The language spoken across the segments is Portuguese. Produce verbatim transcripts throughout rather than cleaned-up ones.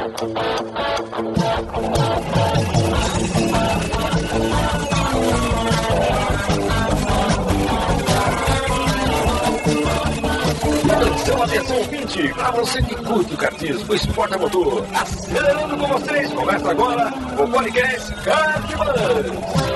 Atenção, atenção, ouvinte, para você que curte o kartismo, o esporte a motor, acelerando com vocês, começa agora o podcast Kartbus.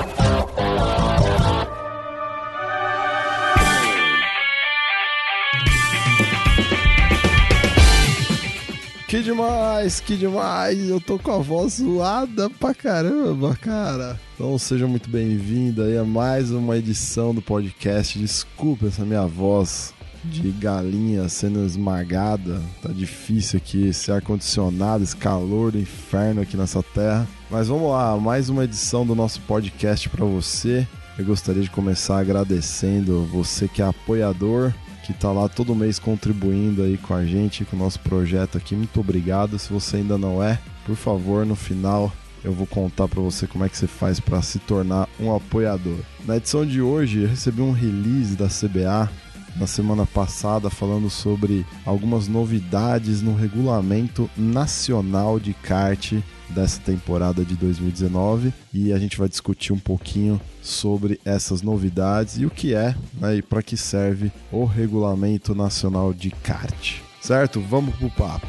Que demais, que demais, eu tô com a voz zoada pra caramba, cara. Então seja muito bem-vindo aí a mais uma edição do podcast. Desculpa essa minha voz de galinha sendo esmagada. Tá difícil aqui esse ar-condicionado, esse calor do inferno aqui nessa terra. Mas vamos lá, mais uma edição do nosso podcast pra você. Eu gostaria de começar agradecendo você que é apoiador, que tá lá todo mês contribuindo aí com a gente, com o nosso projeto aqui. Muito obrigado. Se você ainda não é, por favor, no final eu vou contar pra você como é que você faz pra se tornar um apoiador. Na edição de hoje eu recebi um release da C B A na semana passada falando sobre algumas novidades no regulamento nacional de kart dessa temporada de dois mil e dezenove, e a gente vai discutir um pouquinho sobre essas novidades e o que é, né, e para que serve o regulamento nacional de kart. Certo? Vamos pro papo.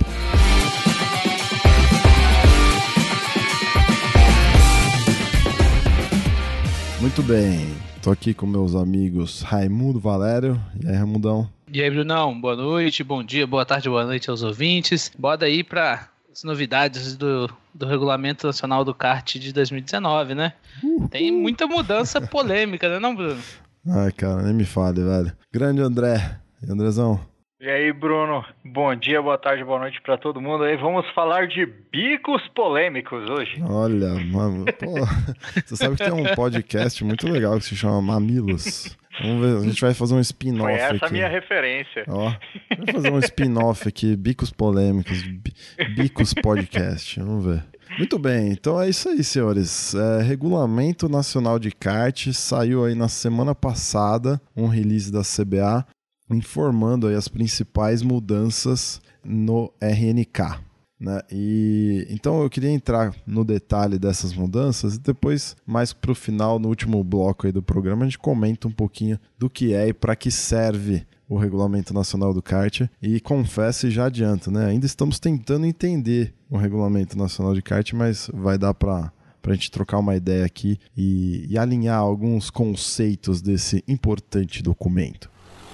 Muito bem, tô aqui com meus amigos Raimundo Valério. E aí, Raimundão? E aí, Brunão? Boa noite, bom dia, boa tarde, boa noite aos ouvintes. Bora aí para as novidades do, do Regulamento Nacional do Kart de dois mil e dezenove, né? Uhul. Tem muita mudança polêmica, né, não, Bruno? Ai, cara, nem me fale, velho. Grande André. E Andrezão? E aí, Bruno? Bom dia, boa tarde, boa noite pra todo mundo aí. Vamos falar de bicos polêmicos hoje. Olha, mano, pô, você sabe que tem um podcast muito legal que se chama Mamilos. Vamos ver, a gente vai fazer um spin-off Foi essa aqui. a minha referência. Ó, vamos fazer um spin-off aqui, Bicos Polêmicos, Bicos Podcast, vamos ver. Muito bem, então é isso aí, senhores. É, Regulamento Nacional de Kart, saiu aí na semana passada um release da C B A informando aí as principais mudanças no R N K. Né? E então eu queria entrar no detalhe dessas mudanças e depois, mais pro final, no último bloco aí do programa, a gente comenta um pouquinho do que é e para que serve o Regulamento Nacional do Kart. E confesso e já adianto, né? Ainda estamos tentando entender o Regulamento Nacional de Kart, mas vai dar para pra gente trocar uma ideia aqui e, e alinhar alguns conceitos desse importante documento.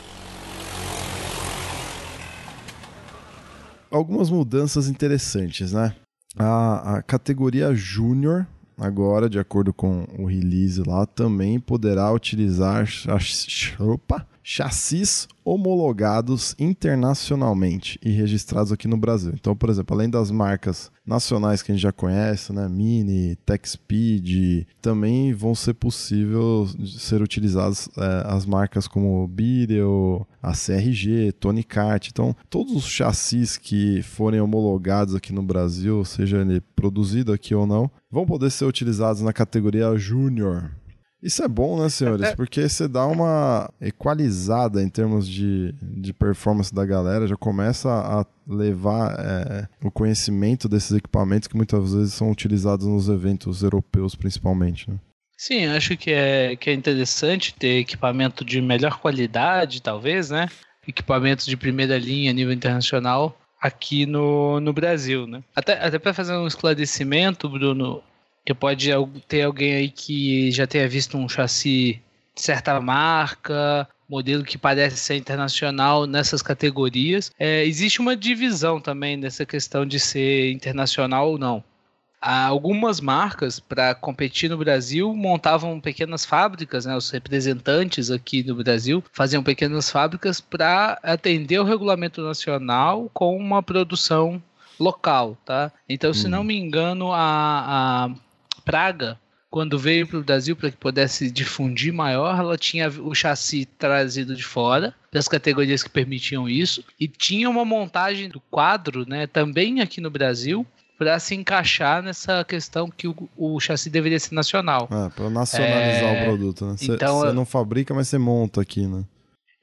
Algumas mudanças interessantes, né? A, a categoria Júnior, agora, de acordo com o release lá, também poderá utilizar chassis, opa, chassis homologados internacionalmente e registrados aqui no Brasil. Então, por exemplo, além das marcas nacionais que a gente já conhece, né, Mini, TechSpeed, também vão ser possível ser utilizadas é, as marcas como Birel, a C R G, Tony Kart. Então, todos os chassis que forem homologados aqui no Brasil, seja ele produzido aqui ou não, vão poder ser utilizados na categoria Júnior. Isso é bom, né, senhores? Porque você dá uma equalizada em termos de, de performance da galera, já começa a levar é, o conhecimento desses equipamentos que muitas vezes são utilizados nos eventos europeus, principalmente, né? Sim, acho que é, que é interessante ter equipamento de melhor qualidade, talvez, né? Equipamentos de primeira linha a nível internacional aqui no, no Brasil, né? Até, até para fazer um esclarecimento, Bruno, que pode ter alguém aí que já tenha visto um chassi de certa marca, modelo que parece ser internacional nessas categorias. É, existe uma divisão também nessa questão de ser internacional ou não. Há algumas marcas, para competir no Brasil, montavam pequenas fábricas, né? Os representantes aqui no Brasil faziam pequenas fábricas para atender o regulamento nacional com uma produção local, tá? Então, se hum. não me engano, a... a Praga, quando veio para o Brasil para que pudesse difundir maior, ela tinha o chassi trazido de fora, das categorias que permitiam isso, e tinha uma montagem do quadro, né, também aqui no Brasil, para se encaixar nessa questão que o, o chassi deveria ser nacional. Ah, para nacionalizar é... o produto, né? Você então, não fabrica, mas você monta aqui, né?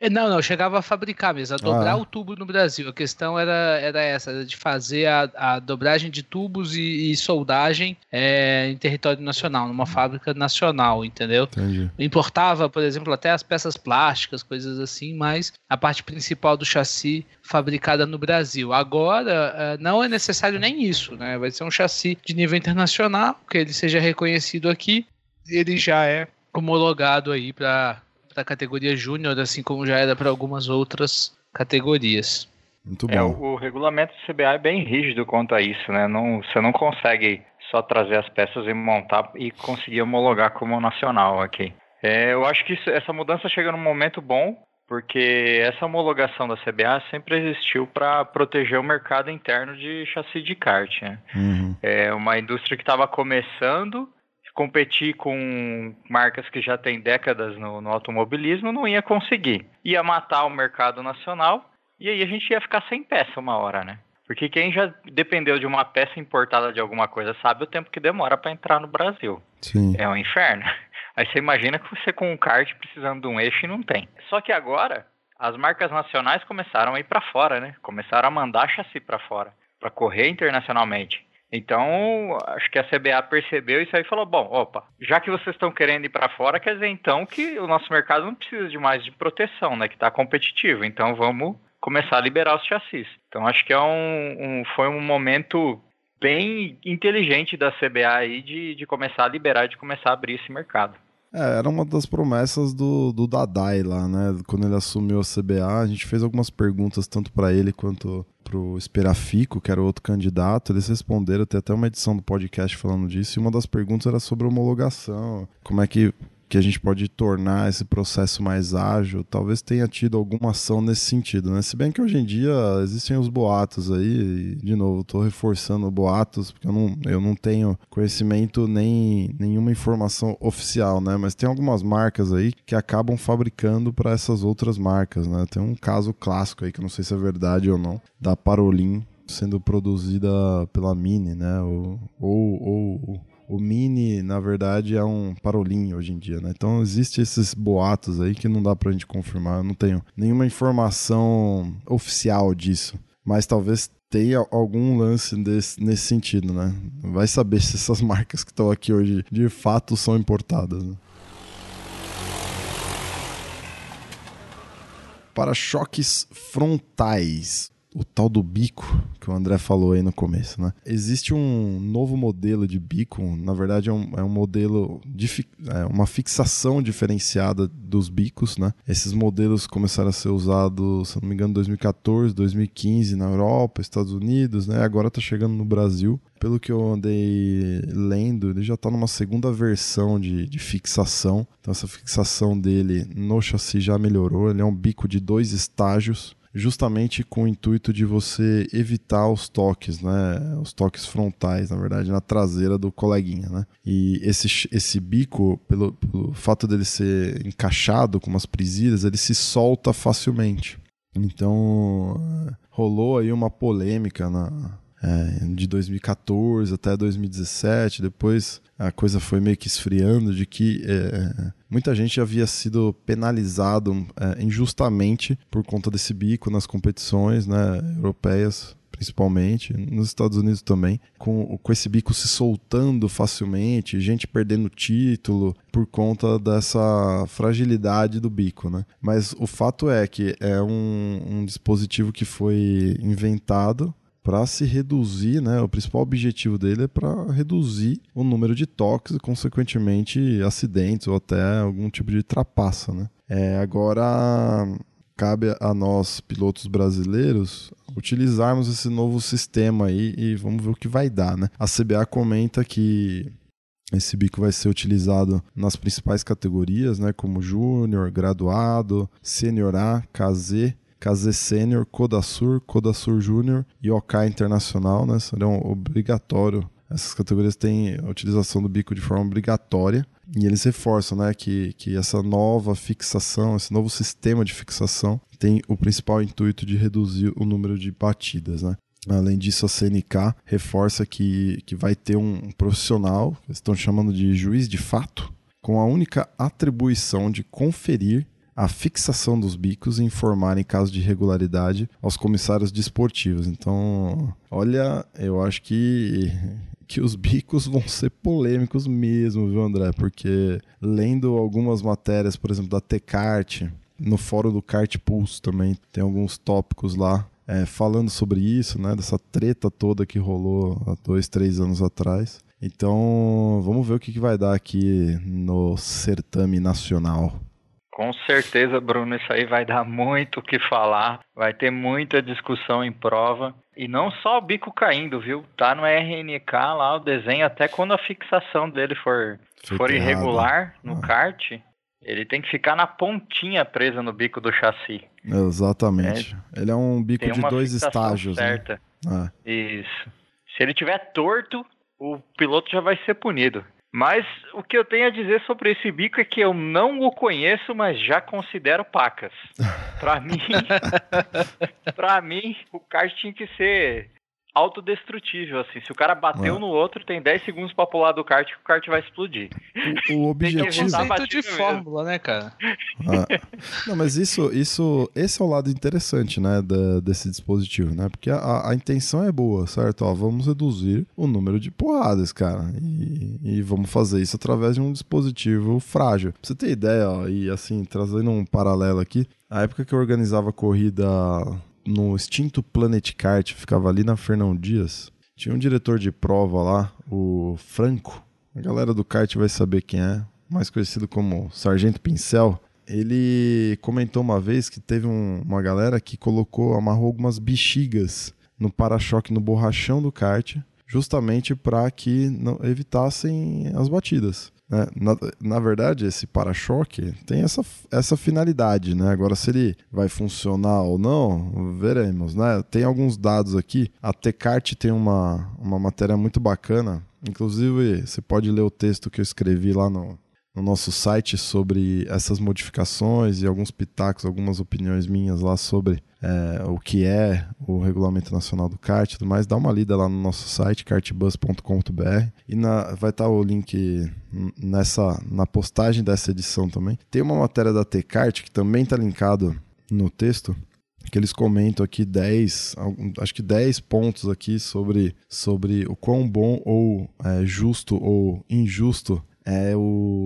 Não, não, chegava a fabricar mesmo, a dobrar Ah. o tubo no Brasil. A questão era, era essa, era de fazer a, a dobragem de tubos e, e soldagem é, em território nacional, numa fábrica nacional, entendeu? Entendi. Importava, por exemplo, até as peças plásticas, coisas assim, mas a parte principal do chassi fabricada no Brasil. Agora, não é necessário nem isso, né? Vai ser um chassi de nível internacional, que ele seja reconhecido aqui, ele já é homologado aí para a categoria júnior, assim como já era para algumas outras categorias. Muito bom. É, o, o regulamento do C B A é bem rígido quanto a isso, né? Não, você não consegue só trazer as peças e montar e conseguir homologar como nacional aqui. É, eu acho que isso, essa mudança chega num momento bom, porque essa homologação da C B A sempre existiu para proteger o mercado interno de chassi de kart, né? Uhum. É uma indústria que estava começando, competir com marcas que já têm décadas no, no automobilismo não ia conseguir. Ia matar o mercado nacional e aí a gente ia ficar sem peça uma hora, né? Porque quem já dependeu de uma peça importada de alguma coisa sabe o tempo que demora para entrar no Brasil. Sim. É um inferno. Aí você imagina que você com um kart precisando de um eixo e não tem. Só que agora as marcas nacionais começaram a ir para fora, né? Começaram a mandar chassi para fora, para correr internacionalmente. Então, acho que a C B A percebeu isso aí e falou, bom, opa, já que vocês estão querendo ir para fora, quer dizer então que o nosso mercado não precisa de mais de proteção, né? Que está competitivo. Então vamos começar a liberar os chassis. Então acho que é um, um, foi um momento bem inteligente da C B A aí de, de começar a liberar, de começar a abrir esse mercado. É, era uma das promessas do, do Dadai lá, né? Quando ele assumiu a C B A, a gente fez algumas perguntas tanto para ele quanto pro Esperafico, que era o outro candidato. Eles responderam, tem até uma edição do podcast falando disso, e uma das perguntas era sobre homologação, como é que que a gente pode tornar esse processo mais ágil. Talvez tenha tido alguma ação nesse sentido, né? Se bem que hoje em dia existem os boatos aí, e, de novo, estou reforçando boatos, porque eu não, eu não tenho conhecimento nem nenhuma informação oficial, né? Mas tem algumas marcas aí que acabam fabricando para essas outras marcas, né? Tem um caso clássico aí, que eu não sei se é verdade ou não, da Parolin sendo produzida pela Mini, né? Ou... ou, ou O Mini, na verdade, é um Parolin hoje em dia, né? Então, existem esses boatos aí que não dá pra gente confirmar. Eu não tenho nenhuma informação oficial disso. Mas talvez tenha algum lance desse, nesse sentido, né? Vai saber se essas marcas que estão aqui hoje, de fato, são importadas, né? Para-choques frontais. O tal do bico, que o André falou aí no começo, né? Existe um novo modelo de bico, na verdade é um, é um modelo, de fi, é uma fixação diferenciada dos bicos, né? Esses modelos começaram a ser usados, se não me engano, em dois mil e catorze, dois mil e quinze na Europa, Estados Unidos, né? Agora tá chegando no Brasil. Pelo que eu andei lendo, ele já tá numa segunda versão de, de fixação. Então essa fixação dele no chassi já melhorou. Ele é um bico de dois estágios, justamente com o intuito de você evitar os toques, né? Os toques frontais, na verdade, na traseira do coleguinha, né? E esse, esse bico, pelo, pelo fato dele ser encaixado com umas presilhas, ele se solta facilmente. Então, rolou aí uma polêmica na... É, de dois mil e catorze até dois mil e dezessete, depois a coisa foi meio que esfriando, de que é, muita gente havia sido penalizado é, injustamente por conta desse bico nas competições, né, europeias, principalmente, nos Estados Unidos também, com, com esse bico se soltando facilmente, gente perdendo título por conta dessa fragilidade do bico, né? Mas o fato é que é um, um dispositivo que foi inventado para se reduzir, né? O principal objetivo dele é para reduzir o número de toques e, consequentemente, acidentes ou até algum tipo de trapaça, né? É, agora, cabe a nós, pilotos brasileiros, utilizarmos esse novo sistema aí e vamos ver o que vai dar, né? A C B A comenta que esse bico vai ser utilizado nas principais categorias, né? Como Júnior, Graduado, Sênior A, K Z, K Z Sênior, Codasur, Codasur Júnior e OK Internacional, né? Serão obrigatório. Essas categorias têm a utilização do bico de forma obrigatória e eles reforçam, né, que, que essa nova fixação, esse novo sistema de fixação tem o principal intuito de reduzir o número de batidas, né? Além disso, a C N K reforça que, que vai ter um profissional, que eles estão chamando de juiz de fato, com a única atribuição de conferir a fixação dos bicos e informar em caso de irregularidade aos comissários desportivos. Então, olha, eu acho que... que os bicos vão ser polêmicos mesmo, viu, André? Porque lendo algumas matérias, por exemplo, da T-Kart, no fórum do Kart Pulse também tem alguns tópicos lá é, falando sobre isso, né? Dessa treta toda que rolou há dois, três anos atrás. Então, vamos ver o que, que vai dar aqui no certame nacional. Com certeza, Bruno, isso aí vai dar muito o que falar, vai ter muita discussão em prova. E não só o bico caindo, viu? Tá no R N K lá o desenho, até quando a fixação dele for, for irregular no ah. kart, ele tem que ficar na pontinha presa no bico do chassi. Exatamente. É, ele é um bico de dois estágios. Certa. Né? Ah. Isso. Se ele tiver torto, o piloto já vai ser punido. Mas o que eu tenho a dizer sobre esse bico é que eu não o conheço, mas já considero pacas. Pra mim, pra mim, o kart tinha que ser autodestrutível, assim. Se o cara bateu ah. no outro, tem dez segundos pra pular do kart que o kart vai explodir. O, o objetivo... Tem conceito de fórmula, né, cara? Ah. Não, mas isso, isso, esse é o lado interessante, né, da, desse dispositivo, né? Porque a, a intenção é boa, certo? Ó, vamos reduzir o número de porradas, cara. E, e vamos fazer isso através de um dispositivo frágil. Pra você ter ideia, ó, e assim, trazendo um paralelo aqui, a época que eu organizava corrida... no extinto Planet Kart, ficava ali na Fernão Dias, tinha um diretor de prova lá, o Franco, a galera do kart vai saber quem é, mais conhecido como Sargento Pincel. Ele comentou uma vez que teve um, uma galera que colocou, amarrou algumas bexigas no para-choque, no borrachão do kart, justamente para que não evitassem as batidas. Né? Na, na verdade, esse para-choque tem essa, essa finalidade, né? Agora, se ele vai funcionar ou não, veremos, né? Tem alguns dados aqui. A T-Kart tem uma, uma matéria muito bacana. Inclusive, você pode ler o texto que eu escrevi lá no, no nosso site sobre essas modificações e alguns pitacos, algumas opiniões minhas lá sobre é, o que é o Regulamento Nacional do Kart e tudo mais. Dá uma lida lá no nosso site, kartbus ponto com ponto b r, e na, vai estar o link nessa, na postagem dessa edição também. Tem uma matéria da T-Kart que também está linkado no texto, que eles comentam aqui dez, acho que dez pontos aqui sobre, sobre o quão bom ou é, justo ou injusto é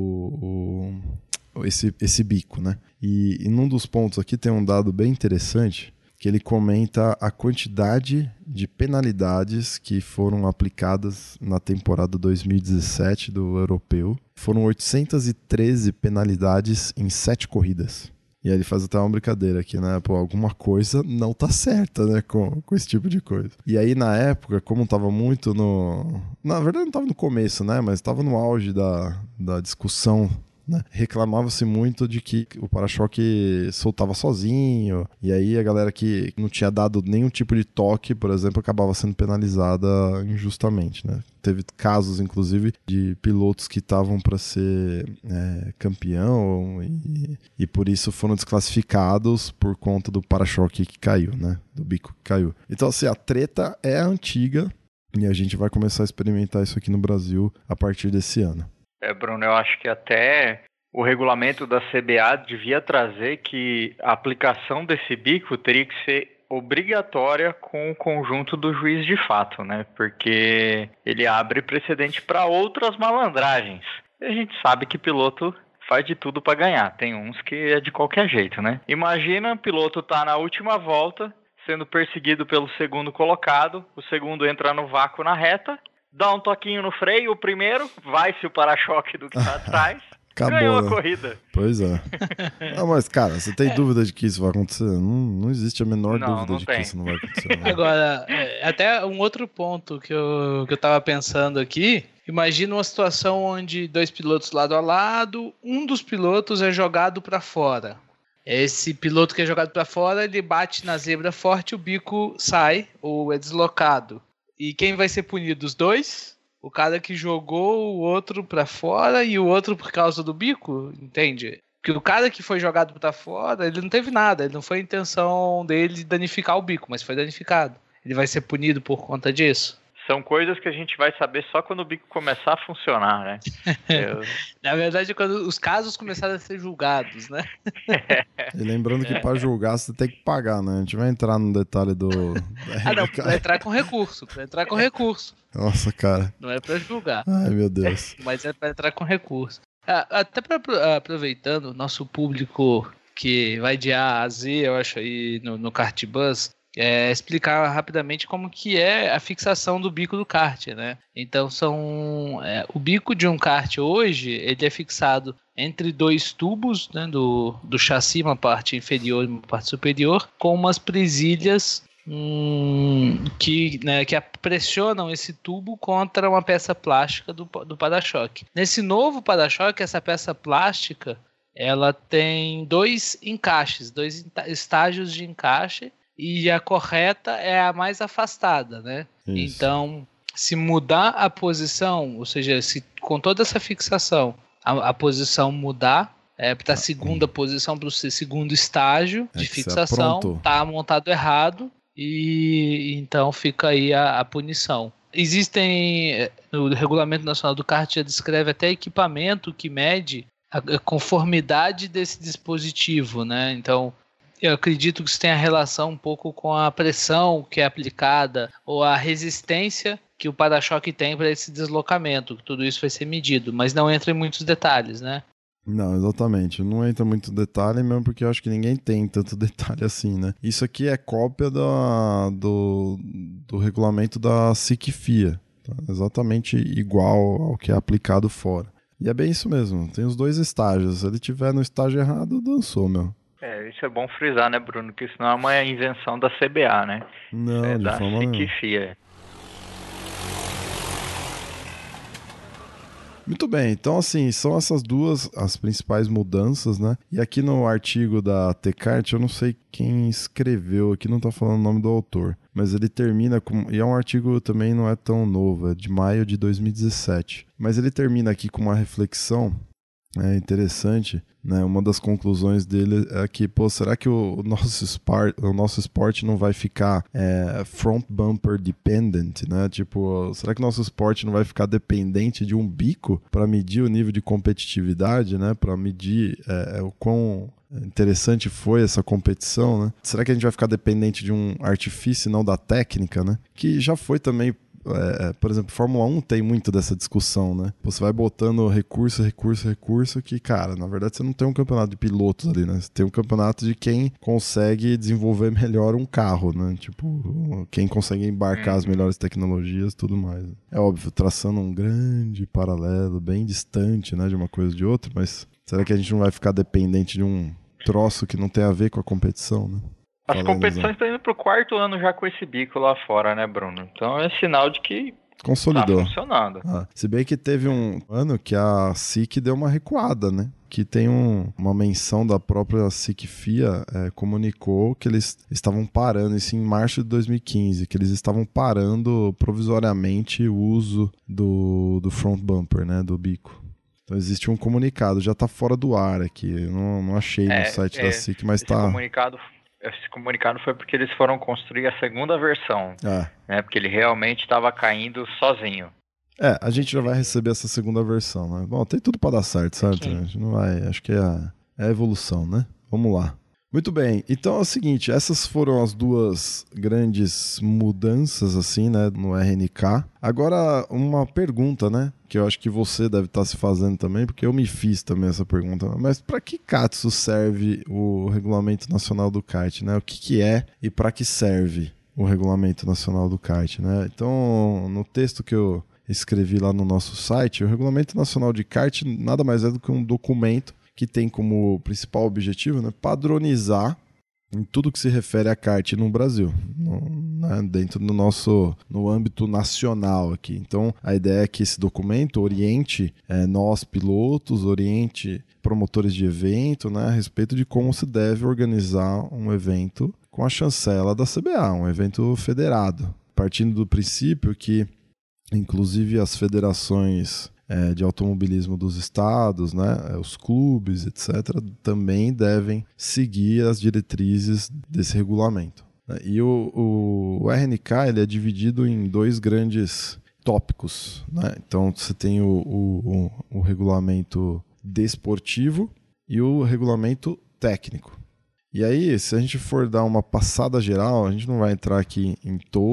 o, o, esse, esse bico, né? E, e num dos pontos aqui tem um dado bem interessante, que ele comenta a quantidade de penalidades que foram aplicadas na temporada dois mil e dezessete do Europeu. Foram oitocentas e treze penalidades em sete corridas. E aí ele faz até uma brincadeira aqui, né? Pô, alguma coisa não tá certa, né? Com, com esse tipo de coisa. E aí, na época, como tava muito no... Na verdade, não tava no começo, né? Mas tava no auge da, da discussão, né? Reclamava-se muito de que o para-choque soltava sozinho, e aí a galera que não tinha dado nenhum tipo de toque, por exemplo, acabava sendo penalizada injustamente, né? Teve casos, inclusive, de pilotos que estavam para ser é, campeão e, e por isso foram desclassificados por conta do para-choque que caiu, né? Do bico que caiu. Então, assim, a treta é antiga e a gente vai começar a experimentar isso aqui no Brasil a partir desse ano. É, Bruno, eu acho que até o regulamento da C B A devia trazer que a aplicação desse bico teria que ser obrigatória com o conjunto do juiz de fato, né? Porque ele abre precedente para outras malandragens. E a gente sabe que piloto faz de tudo para ganhar. Tem uns que é de qualquer jeito, né? Imagina o piloto tá na última volta, sendo perseguido pelo segundo colocado, o segundo entra no vácuo na reta, dá um toquinho no freio, o primeiro, vai-se o para-choque do que tá atrás, acabou, ganhou né? a corrida. Pois é. Não, mas, cara, você tem é. dúvida de que isso vai acontecer? Não, não existe a menor não, dúvida não de tem. que isso não vai acontecer. Né? Agora, até um outro ponto que eu, que eu tava pensando aqui, imagina uma situação onde dois pilotos lado a lado, um dos pilotos é jogado para fora. Esse piloto que é jogado para fora, ele bate na zebra forte, o bico sai ou é deslocado. E quem vai ser punido? Os dois? O cara que jogou o outro pra fora e o outro por causa do bico? Entende? Porque o cara que foi jogado pra fora, ele não teve nada. Ele não foi a intenção dele danificar o bico, mas foi danificado. Ele vai ser punido por conta disso? São coisas que a gente vai saber só quando o bico começar a funcionar, né? Eu... Na verdade, quando os casos começarem a ser julgados, né? E lembrando que para julgar você tem que pagar, né? A gente vai entrar no detalhe do... Ah, não, pra entrar com recurso, pra entrar com recurso. Nossa, cara. Não é pra julgar. Ai, meu Deus. Mas é pra entrar com recurso. Ah, até pra, aproveitando, o nosso público que vai de A a Z, eu acho, aí no, no Kartbus, é, explicar rapidamente como que é a fixação do bico do kart, né? Então, são é, o bico de um kart hoje, ele é fixado entre dois tubos, né, do, do chassi, uma parte inferior e uma parte superior, com umas presilhas hum, que, né, que pressionam esse tubo contra uma peça plástica do, do para-choque. Nesse novo para-choque, essa peça plástica, ela tem dois encaixes, dois estágios de encaixe, e a correta é a mais afastada, né? Isso. Então, se mudar a posição, ou seja, se com toda essa fixação, a, a posição mudar, é, para a segunda hum. posição, para o segundo estágio é de fixação, tá montado errado, e então fica aí a, a punição. Existem, no Regulamento Nacional do Kart já descreve até equipamento que mede a conformidade desse dispositivo, né? Então, eu acredito que isso tem a relação um pouco com a pressão que é aplicada ou a resistência que o para-choque tem para esse deslocamento, que tudo isso vai ser medido, mas não entra em muitos detalhes, né? Não, exatamente. Não entra muito detalhe mesmo porque eu acho que ninguém tem tanto detalhe assim, né? Isso aqui é cópia da, do, do regulamento da S I C F I A, tá? Exatamente igual ao que é aplicado fora. E é bem isso mesmo, tem os dois estágios. Se ele tiver no estágio errado, dançou, meu. É, isso é bom frisar, né, Bruno? Que isso não é uma invenção da C B A, né? Não, é de da forma nenhuma. S I C F I A. Muito bem, então assim, são essas duas as principais mudanças, né? E aqui no artigo da T-Kart, eu não sei quem escreveu, aqui não tá falando o nome do autor, mas ele termina com... E é um artigo também não é tão novo, é de maio de dois mil e dezessete. Mas ele termina aqui com uma reflexão é, interessante, né? Uma das conclusões dele é que, pô, será que o, o, nosso, spar, o nosso esporte não vai ficar é, front bumper dependent, né? Tipo, será que o nosso esporte não vai ficar dependente de um bico para medir o nível de competitividade, né? Para medir é, o quão interessante foi essa competição, né? Será que a gente vai ficar dependente de um artifício e não da técnica, né? Que já foi também... É, por exemplo, Fórmula um tem muito dessa discussão, né? Você vai botando recurso, recurso, recurso, que, cara, na verdade você não tem um campeonato de pilotos ali, né? Você tem um campeonato de quem consegue desenvolver melhor um carro, né? Tipo, quem consegue embarcar as melhores tecnologias e tudo mais. É óbvio, traçando um grande paralelo, bem distante, né, de uma coisa de outra, mas será que a gente não vai ficar dependente de um troço que não tem a ver com a competição, né? As Fala, competições estão indo pro quarto ano já com esse bico lá fora, né, Bruno? Então é sinal de que consolidou. Tá funcionando. Ah, se bem que teve um ano que a S I C deu uma recuada, né? Que tem um, uma menção da própria S I C F I A, é, comunicou que eles estavam parando, isso em março de dois mil e quinze, que eles estavam parando provisoriamente o uso do, do front bumper, né, do bico. Então existe um comunicado, já tá fora do ar aqui, eu não, não achei é, no site é, da S I C, mas esse tá... Comunicado... Esse comunicado foi porque eles foram construir a segunda versão, é. né? Porque ele realmente estava caindo sozinho. É, a gente já vai receber essa segunda versão, né? Bom, tem tudo para dar certo, certo? A gente não vai, acho que é a, é a evolução, né? Vamos lá. Muito bem, então é o seguinte, essas foram as duas grandes mudanças, assim, né, no R N K. Agora, uma pergunta, né, que eu acho que você deve estar se fazendo também, porque eu me fiz também essa pergunta, mas para que Katsu serve o Regulamento Nacional do Kart, né? O que que é e para que serve o Regulamento Nacional do Kart, né? Então, no texto que eu escrevi lá no nosso site, o Regulamento Nacional de Kart nada mais é do que um documento que tem como principal objetivo, né, padronizar em tudo que se refere a kart no Brasil, no, né, dentro do nosso, no âmbito nacional aqui. Então, a ideia é que esse documento oriente é, nós, pilotos, oriente promotores de evento, né, a respeito de como se deve organizar um evento com a chancela da C B A, um evento federado, partindo do princípio que, inclusive, as federações É, de automobilismo dos estados, né, os clubes, etcétera, também devem seguir as diretrizes desse regulamento. E o, o, o R N K ele é dividido em dois grandes tópicos, né? Então você tem o, o, o, o regulamento desportivo e o regulamento técnico. E aí, se a gente for dar uma passada geral, a gente não vai entrar aqui em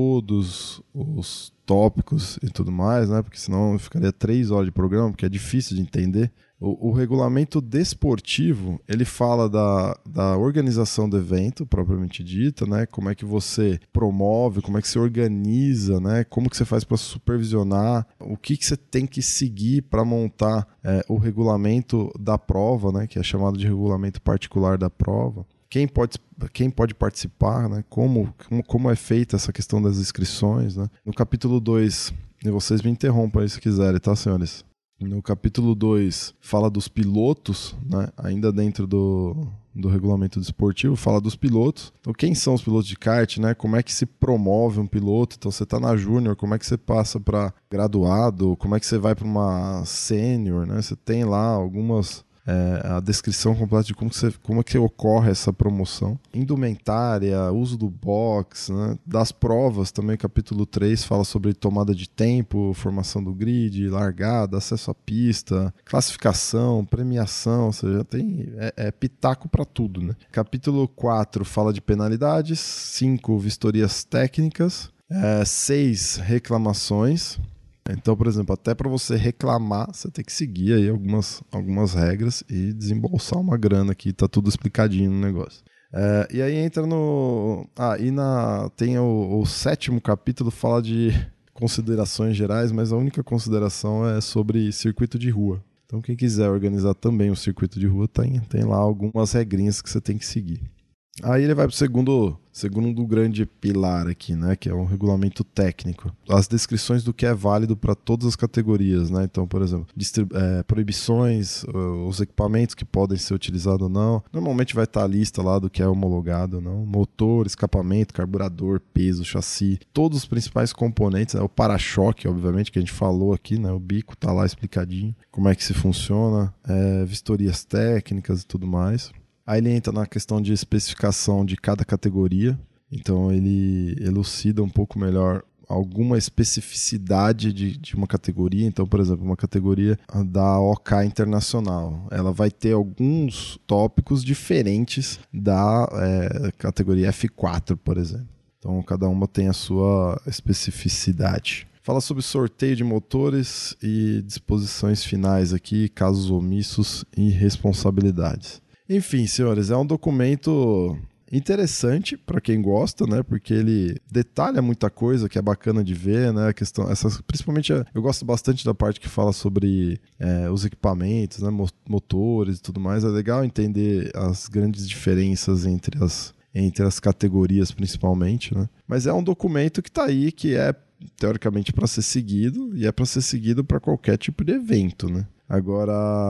todos os tópicos e tudo mais, né? Porque senão ficaria três horas de programa, porque é difícil de entender. O, o regulamento desportivo, ele fala da, da organização do evento, propriamente dita, né? Como é que você promove, como é que você organiza, né? Como que você faz para supervisionar, o que, que você tem que seguir para montar é, o regulamento da prova, né? Que é chamado de regulamento particular da prova. Quem pode, quem pode participar, né? Como, como, como é feita essa questão das inscrições, né? No capítulo dois, e vocês me interrompam aí se quiserem, tá, senhores? No capítulo dois, fala dos pilotos, né? Ainda dentro do, do regulamento desportivo, fala dos pilotos. Então, quem são os pilotos de kart, né? Como é que se promove um piloto? Então, você está na júnior, como é que você passa para graduado? Como é que você vai para uma sênior, né? Você tem lá algumas... É, a descrição completa de como, você, como é que ocorre essa promoção. Indumentária, uso do box, né? Das provas também, capítulo três fala sobre tomada de tempo, formação do grid, largada, acesso à pista, classificação, premiação, ou seja, tem, é, é pitaco para tudo, né? Capítulo quatro fala de penalidades, cinco vistorias técnicas, é, seis reclamações. Então, por exemplo, até para você reclamar, você tem que seguir aí algumas, algumas regras e desembolsar uma grana aqui, tá tudo explicadinho no negócio. É, e aí entra no... Ah, e na, tem o, o sétimo capítulo, fala de considerações gerais, mas a única consideração é sobre circuito de rua. Então, quem quiser organizar também o circuito de rua, tem, tem lá algumas regrinhas que você tem que seguir. Aí ele vai para o segundo, segundo grande pilar aqui, né, que é um regulamento técnico. As descrições do que é válido para todas as categorias, né? Então, por exemplo, distribu- é, proibições, os equipamentos que podem ser utilizados ou não. Normalmente vai estar a lista lá do que é homologado ou não. Motor, escapamento, carburador, peso, chassi, todos os principais componentes, né? O para-choque, obviamente, que a gente falou aqui, né? O bico tá lá explicadinho, como é que se funciona, é, vistorias técnicas e tudo mais. Aí ele entra na questão de especificação de cada categoria, então ele elucida um pouco melhor alguma especificidade de, de uma categoria. Então, por exemplo, uma categoria da O K Internacional, ela vai ter alguns tópicos diferentes da é, categoria F quatro, por exemplo. Então, cada uma tem a sua especificidade. Fala sobre sorteio de motores e disposições finais aqui, casos omissos e responsabilidades. Enfim, senhores, é um documento interessante para quem gosta, né? Porque ele detalha muita coisa que é bacana de ver, né? A questão, essas, principalmente eu gosto bastante da parte que fala sobre é, os equipamentos, né? Motores e tudo mais. É legal entender as grandes diferenças entre as, entre as categorias, principalmente, né? Mas é um documento que está aí, que é teoricamente para ser seguido e é para ser seguido para qualquer tipo de evento, né? Agora...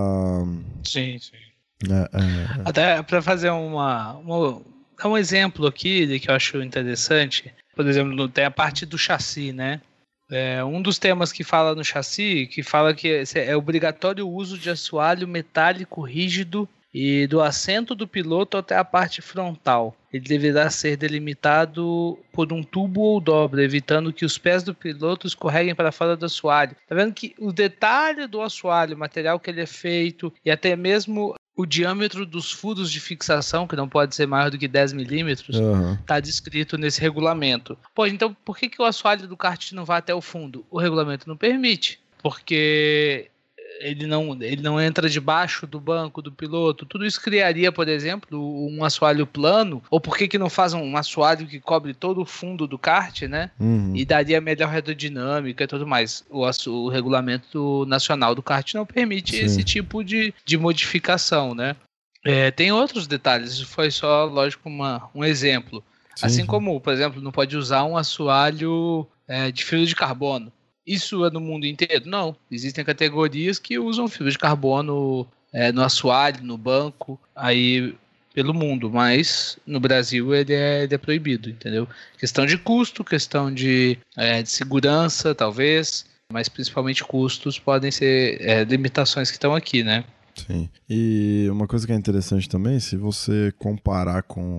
Sim, sim. É, é... Até para fazer uma, uma um exemplo aqui de que eu acho interessante, por exemplo, tem a parte do chassi, né? É, um dos temas que fala no chassi, que fala que é obrigatório o uso de assoalho metálico rígido e do assento do piloto até a parte frontal. Ele deverá ser delimitado por um tubo ou dobra, evitando que os pés do piloto escorreguem para fora do assoalho. Tá vendo que o detalhe do assoalho, o material que ele é feito e até mesmo o diâmetro dos furos de fixação, que não pode ser maior do que dez milímetros, está uhum. descrito nesse regulamento. Pô, então por que, que o assoalho do kart não vai até o fundo? O regulamento não permite, porque ele não, ele não entra debaixo do banco do piloto. Tudo isso criaria, por exemplo, um assoalho plano, ou por que, que não faz um assoalho que cobre todo o fundo do kart, né? Uhum. E daria melhor aerodinâmica e tudo mais. O, o regulamento nacional do kart não permite Sim. esse tipo de, de modificação, né? É, tem outros detalhes, isso foi só, lógico, uma, um exemplo. Sim. Assim como, por exemplo, não pode usar um assoalho é, de fibra de carbono. Isso é no mundo inteiro? Não. Existem categorias que usam fibra de carbono é, no assoalho, no banco, aí pelo mundo, mas no Brasil ele é, ele é proibido, entendeu? Questão de custo, questão de, é, de segurança, talvez, mas principalmente custos podem ser é, limitações que estão aqui, né? Sim. E uma coisa que é interessante também, se você comparar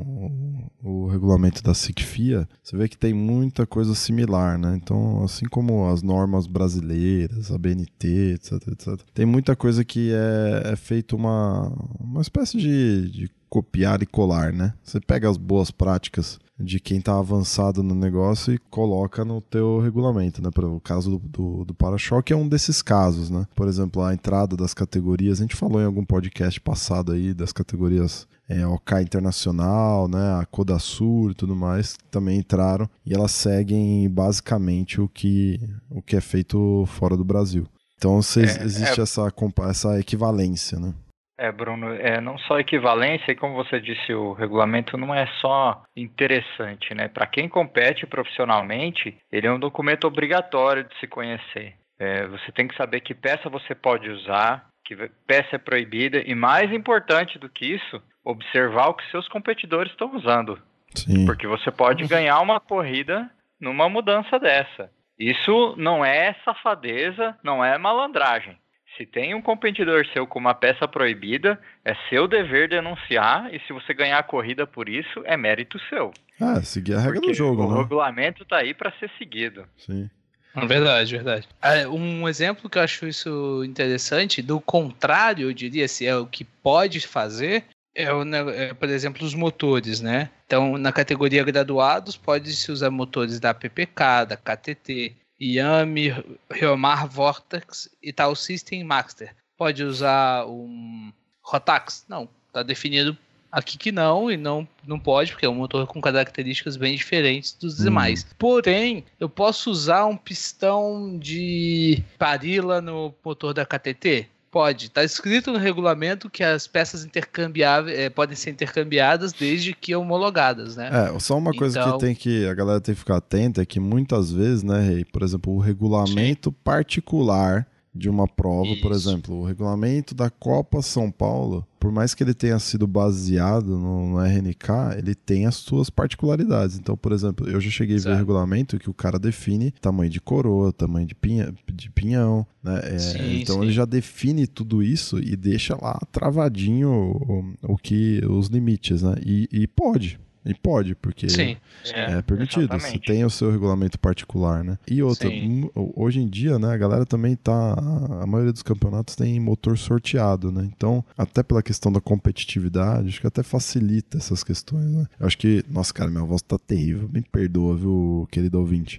com o, o regulamento da SICFIA, você vê que tem muita coisa similar, né? Então, assim como as normas brasileiras, a B N T, etc, etcétera, tem muita coisa que é, é feito uma, uma espécie de, de copiar e colar, né? Você pega as boas práticas de quem está avançado no negócio e coloca no teu regulamento, né? O caso do, do, do para-choque é um desses casos, né? Por exemplo, a entrada das categorias, a gente falou em algum podcast passado aí das categorias é, OK Internacional, né? A Codasur e tudo mais, também entraram e elas seguem basicamente o que, o que é feito fora do Brasil. Então cê, é, existe é... Essa, essa equivalência, né? É, Bruno, é, não só equivalência, e como você disse, o regulamento não é só interessante, né? Para quem compete profissionalmente, ele é um documento obrigatório de se conhecer. É, você tem que saber que peça você pode usar, que peça é proibida, e mais importante do que isso, observar o que seus competidores estão usando. Sim. Porque você pode ganhar uma corrida numa mudança dessa. Isso não é safadeza, não é malandragem. Se tem um competidor seu com uma peça proibida, é seu dever denunciar, e se você ganhar a corrida por isso, é mérito seu. Ah, seguir a regra Porque do jogo, o né? O regulamento tá aí para ser seguido. Sim. Verdade, verdade. Um exemplo que eu acho isso interessante, do contrário, eu diria, se é o que pode fazer, é, o, é por exemplo, os motores, né? Então, na categoria graduados, pode-se usar motores da A P P K, da K T T, Yami, Ryomar, Vortex e tal System Master. Pode usar um Rotax? Não, está definido aqui que não, e não, não pode, porque é um motor com características bem diferentes dos demais. Hum. Porém, eu posso usar um pistão de Parilla no motor da K T T? Pode. Está escrito no regulamento que as peças intercambiáveis é, podem ser intercambiadas desde que homologadas, né? É, só uma coisa então... que tem que a galera tem que ficar atenta é que muitas vezes, né, Rei, por exemplo, o regulamento Sim. particular de uma prova, Isso. por exemplo, o regulamento da Copa São Paulo, por mais que ele tenha sido baseado no, no R N K, ele tem as suas particularidades. Então, por exemplo, eu já cheguei Exato. a ver regulamento que o cara define tamanho de coroa, tamanho de, pinha, de pinhão, né? É, sim, então sim. ele já define tudo isso e deixa lá travadinho o, o que, os limites, né? E, e pode. E pode, porque Sim, é, é permitido. Exatamente. Você tem o seu regulamento particular, né? E outra, Sim. hoje em dia, né, a galera também tá... A maioria dos campeonatos tem motor sorteado, né? Então, até pela questão da competitividade, acho que até facilita essas questões, né? Eu acho que... Nossa, cara, minha voz tá terrível. Me perdoa, viu, querido ouvinte?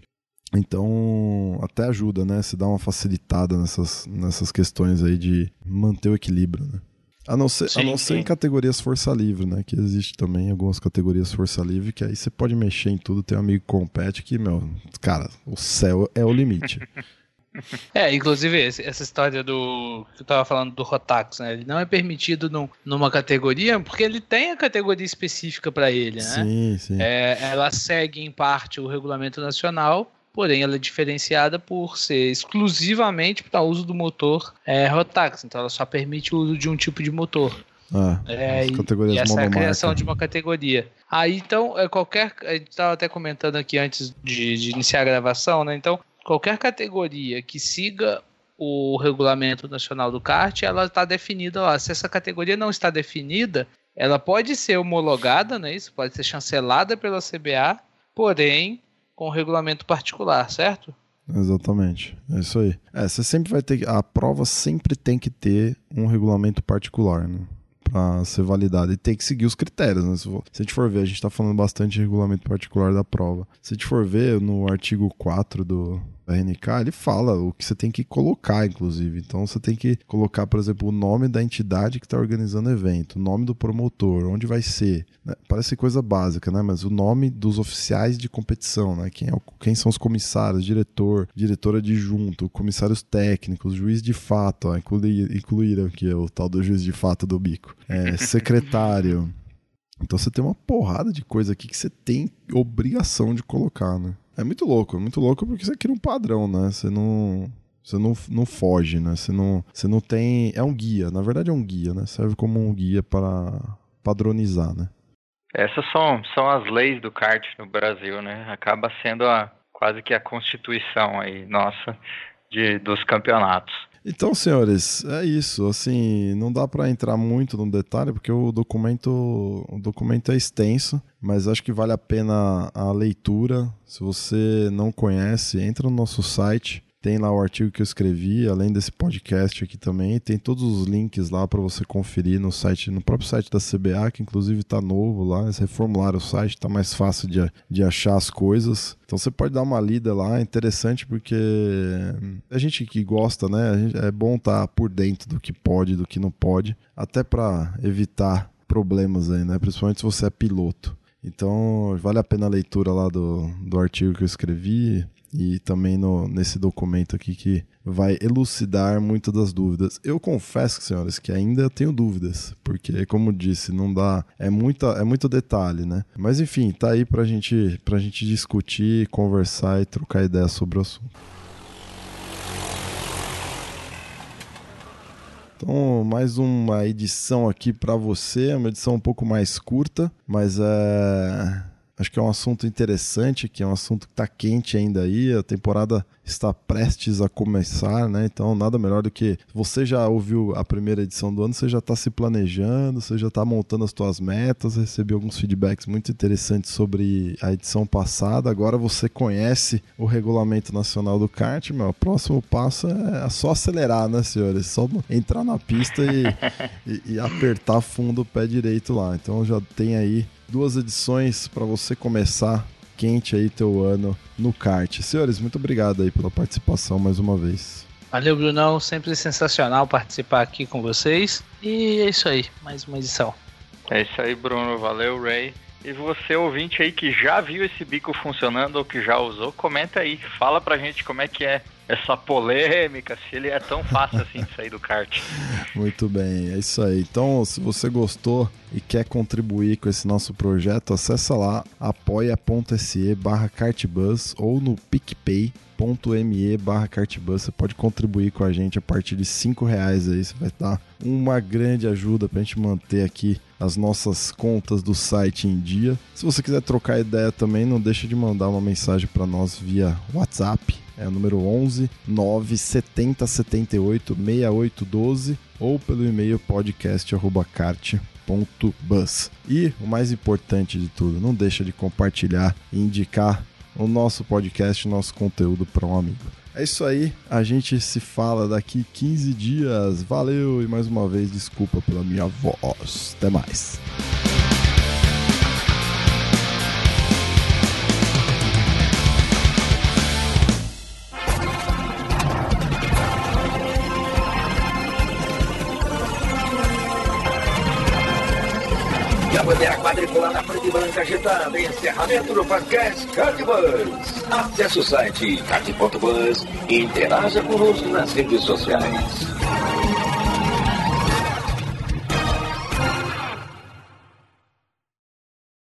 Então, até ajuda, né? Se dá uma facilitada nessas, nessas questões aí de manter o equilíbrio, né? A não ser, sim, a não ser em categorias força livre, né? Que existe também algumas categorias força livre, que aí você pode mexer em tudo. Tem um amigo que compete que, meu, cara, o céu é o limite. É, inclusive essa história do que eu tava falando do Rotax, né? Ele não é permitido num, numa categoria porque ele tem a categoria específica para ele, né? Sim, sim. É, ela segue em parte o regulamento nacional, porém ela é diferenciada por ser exclusivamente para uso do motor é, Rotax, então ela só permite o uso de um tipo de motor. Ah, é, as categorias e essa monomarca. É a criação de uma categoria. Aí então, é qualquer. A gente estava até comentando aqui antes de, de iniciar a gravação, né? Então, qualquer categoria que siga o regulamento nacional do kart, ela está definida lá. Se essa categoria não está definida, ela pode ser homologada, né? Isso pode ser chancelada pela C B A, porém com regulamento particular, certo? Exatamente, é isso aí. É, você sempre vai ter, a prova sempre tem que ter um regulamento particular, né? Pra ser validada, e tem que seguir os critérios, né? Se a gente for ver, a gente tá falando bastante de regulamento particular da prova. Se a gente for ver no artigo quatro do R N K, ele fala o que você tem que colocar, inclusive. Então você tem que colocar, por exemplo, o nome da entidade que está organizando o evento, o nome do promotor, onde vai ser. Né? Parece coisa básica, né? Mas o nome dos oficiais de competição, né? Quem, é o, quem são os comissários, diretor, diretor adjunto, comissários técnicos, juiz de fato, ó, incluir, incluíram aqui o tal do juiz de fato do bico. É, secretário. Então você tem uma porrada de coisa aqui que você tem obrigação de colocar, né? É muito louco, é muito louco porque você cria um padrão, né? Você não, você não, não foge, né? Você não, você não tem... É um guia, na verdade é um guia, né? Serve como um guia para padronizar, né? Essas são, são as leis do kart no Brasil, né? Acaba sendo a, quase que a constituição aí, nossa. de, dos campeonatos. Então, senhores, é isso. Assim, não dá para entrar muito no detalhe, porque o documento, o documento é extenso, mas acho que vale a pena a leitura. Se você não conhece, entra no nosso site. Tem lá o artigo que eu escrevi, além desse podcast aqui também. Tem todos os links lá para você conferir no site, no próprio site da C B A, que inclusive está novo lá. Eles reformularam o site, está mais fácil de, de achar as coisas. Então você pode dar uma lida lá, é interessante porque a gente que gosta, né? A gente, é bom estar por dentro do que pode, do que não pode, até para evitar problemas aí, né? Principalmente se você é piloto. Então vale a pena a leitura lá do, do artigo que eu escrevi. E também no, nesse documento aqui que vai elucidar muitas das dúvidas. Eu confesso, senhores, que ainda tenho dúvidas, porque, como disse, não dá, é, muita, é muito detalhe, né? Mas enfim, tá aí pra gente, pra gente discutir, conversar e trocar ideias sobre o assunto. Então, mais uma edição aqui pra você, uma edição um pouco mais curta, mas é... acho que é um assunto interessante, que é um assunto que está quente ainda aí, a temporada está prestes a começar, né? Então nada melhor do que você já ouviu a primeira edição do ano, você já está se planejando, você já está montando as suas metas, recebi alguns feedbacks muito interessantes sobre a edição passada, agora você conhece o regulamento nacional do kart, meu, o próximo passo é só acelerar, né, senhores? Só entrar na pista e, e, e apertar fundo o pé direito lá. Então já tem aí duas edições para você começar quente aí teu ano no kart. Senhores, muito obrigado aí pela participação mais uma vez. Valeu, Brunão. Sempre sensacional participar aqui com vocês. E é isso aí, mais uma edição. É isso aí, Bruno. Valeu, Ray. E você, ouvinte aí, que já viu esse bico funcionando ou que já usou, comenta aí. Fala pra gente como é que é essa polêmica, se ele é tão fácil assim de sair do kart. Muito bem, é isso aí. Então, se você gostou e quer contribuir com esse nosso projeto, acessa lá apoia.se barra kartbus ou no picpay.me barra kartbus. Você pode contribuir com a gente a partir de cinco reais aí. Você vai dar uma grande ajuda pra gente manter aqui as nossas contas do site em dia. Se você quiser trocar ideia também, não deixa de mandar uma mensagem para nós via WhatsApp. É o número onze nove setenta setenta e oito sessenta e oito doze ou pelo e-mail podcast arroba kart ponto bus. E o mais importante de tudo, não deixa de compartilhar e indicar o nosso podcast, o nosso conteúdo para um amigo. É isso aí, a gente se fala daqui quinze dias. Valeu e mais uma vez desculpa pela minha voz. Até mais. E a bandeira quadriculada preta e branca agitada. Encerramento do podcast Kartbus. Acesse o site kart ponto bus e interaja conosco nas redes sociais.